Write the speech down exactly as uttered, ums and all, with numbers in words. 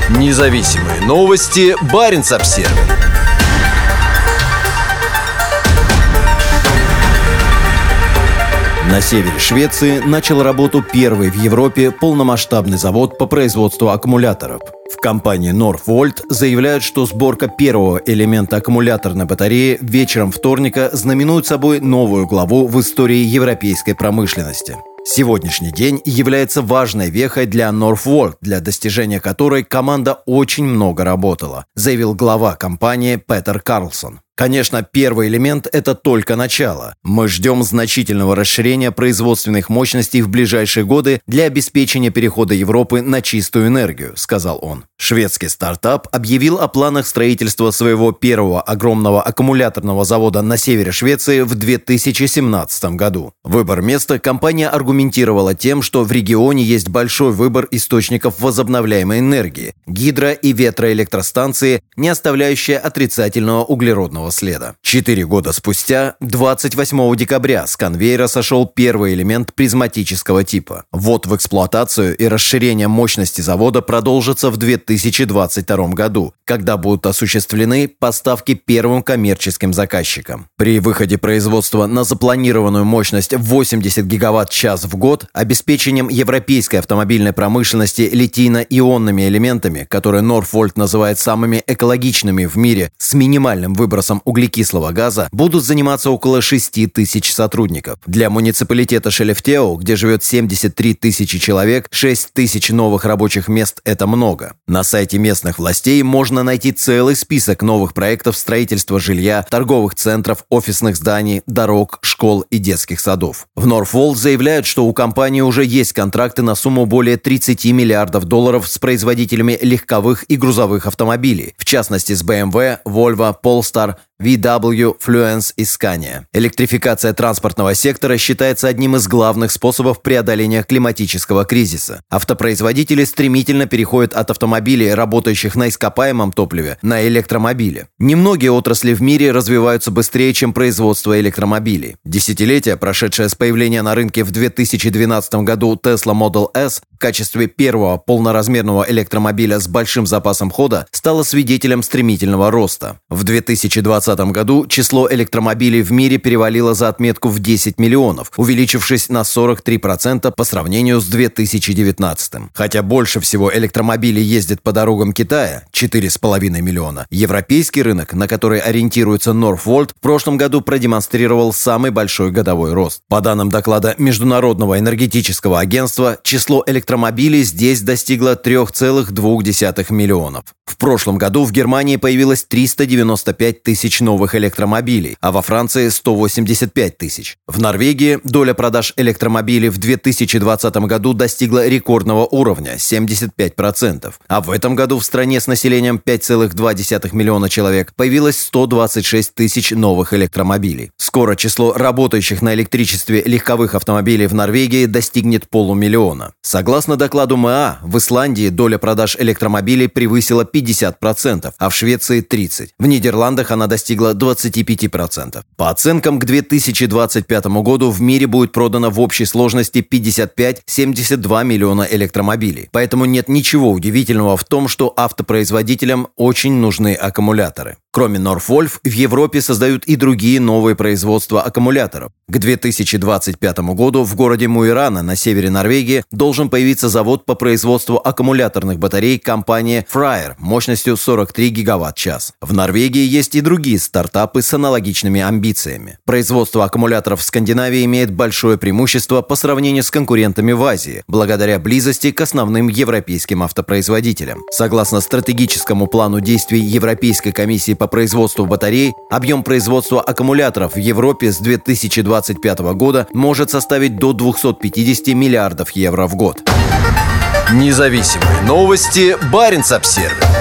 Независимые новости. Баренц-Обсервис. На севере Швеции начал работу первый в Европе полномасштабный завод по производству аккумуляторов. В компании Northvolt заявляют, что сборка первого элемента аккумуляторной батареи вечером вторника знаменует собой новую главу в истории европейской промышленности. Сегодняшний день является важной вехой для Northvolt, для достижения которой команда очень много работала, заявил глава компании Петер Карлсон. Конечно, первый элемент – это только начало. Мы ждем значительного расширения производственных мощностей в ближайшие годы для обеспечения перехода Европы на чистую энергию, сказал он. Шведский стартап объявил о планах строительства своего первого огромного аккумуляторного завода на севере Швеции в две тысячи семнадцатом году. Выбор места компания аргументировала тем, что в регионе есть большой выбор источников возобновляемой энергии – гидро- и ветроэлектростанции, не оставляющие отрицательного углеродного следа. Четыре года спустя, двадцать восьмого декабря, с конвейера сошел первый элемент призматического типа. Ввод в эксплуатацию и расширение мощности завода продолжится в две тысячи двадцать втором году, когда будут осуществлены поставки первым коммерческим заказчикам. При выходе производства на запланированную мощность восемьдесят гигаватт-час в год обеспечением европейской автомобильной промышленности литийно-ионными элементами, которые Northvolt называет самыми экологичными в мире, с минимальным выбросом углекислого газа, будут заниматься около шести тысяч сотрудников. Для муниципалитета Шелефтеå, где живет семьдесят три тысячи человек, шесть тысяч новых рабочих мест – это много. На сайте местных властей можно найти целый список новых проектов строительства жилья, торговых центров, офисных зданий, дорог, школ и детских садов. В Northvolt заявляют, что у компании уже есть контракты на сумму более тридцати миллиардов долларов с производителями легковых и грузовых автомобилей, в частности с бэ эм вэ, Volvo, Polestar, ви дабл ю, Fluence и Scania. Электрификация транспортного сектора считается одним из главных способов преодоления климатического кризиса. Автопроизводители стремительно переходят от автомобилей, работающих на ископаемом топливе, на электромобили. Немногие отрасли в мире развиваются быстрее, чем производство электромобилей. Десятилетие, прошедшее с появления на рынке в две тысячи двенадцатом году Tesla Model S в качестве первого полноразмерного электромобиля с большим запасом хода, стало свидетелем стремительного роста. В две тысячи двадцатом году число электромобилей в мире перевалило за отметку в десять миллионов, увеличившись на сорок три процента по сравнению с две тысячи девятнадцатым. Хотя больше всего электромобилей ездит по дорогам Китая – четыре с половиной миллиона, европейский рынок, на который ориентируется Northvolt, в прошлом году продемонстрировал самый большой годовой рост. По данным доклада Международного энергетического агентства, число электромобилей здесь достигло трёх целых двух десятых миллионов. В прошлом году в Германии появилось триста девяносто пять тысяч новых электромобилей, а во Франции сто восемьдесят пять тысяч. В Норвегии доля продаж электромобилей в две тысячи двадцатом году достигла рекордного уровня – семьдесят пять процентов. А в этом году в стране с населением пять целых два десятых миллиона человек появилось сто двадцать шесть тысяч новых электромобилей. Скоро число работающих на электричестве легковых автомобилей в Норвегии достигнет полумиллиона. Согласно докладу эм и а, в Исландии доля продаж электромобилей превысила пятьдесят процентов, а в Швеции – тридцать процентов. В Нидерландах она достигла двадцати пяти процентов. По оценкам, к две тысячи двадцать пятому году в мире будет продано в общей сложности пятьдесят пять - семьдесят два миллиона электромобилей. Поэтому нет ничего удивительного в том, что автопроизводителям очень нужны аккумуляторы. Кроме Northvolt, в Европе создают и другие новые производства аккумуляторов. К две тысячи двадцать пятому году в городе Мо и Рана на севере Норвегии должен появиться завод по производству аккумуляторных батарей компании Freyr мощностью сорок три гигаватт-час. В Норвегии есть и другие стартапы с аналогичными амбициями. Производство аккумуляторов в Скандинавии имеет большое преимущество по сравнению с конкурентами в Азии, благодаря близости к основным европейским автопроизводителям. Согласно стратегическому плану действий Европейской комиссии по производству батарей, объем производства аккумуляторов в Европе с две тысячи двадцать пятого года может составить до двухсот пятидесяти миллиардов евро в год. Независимые новости. Баренц-Обсервис.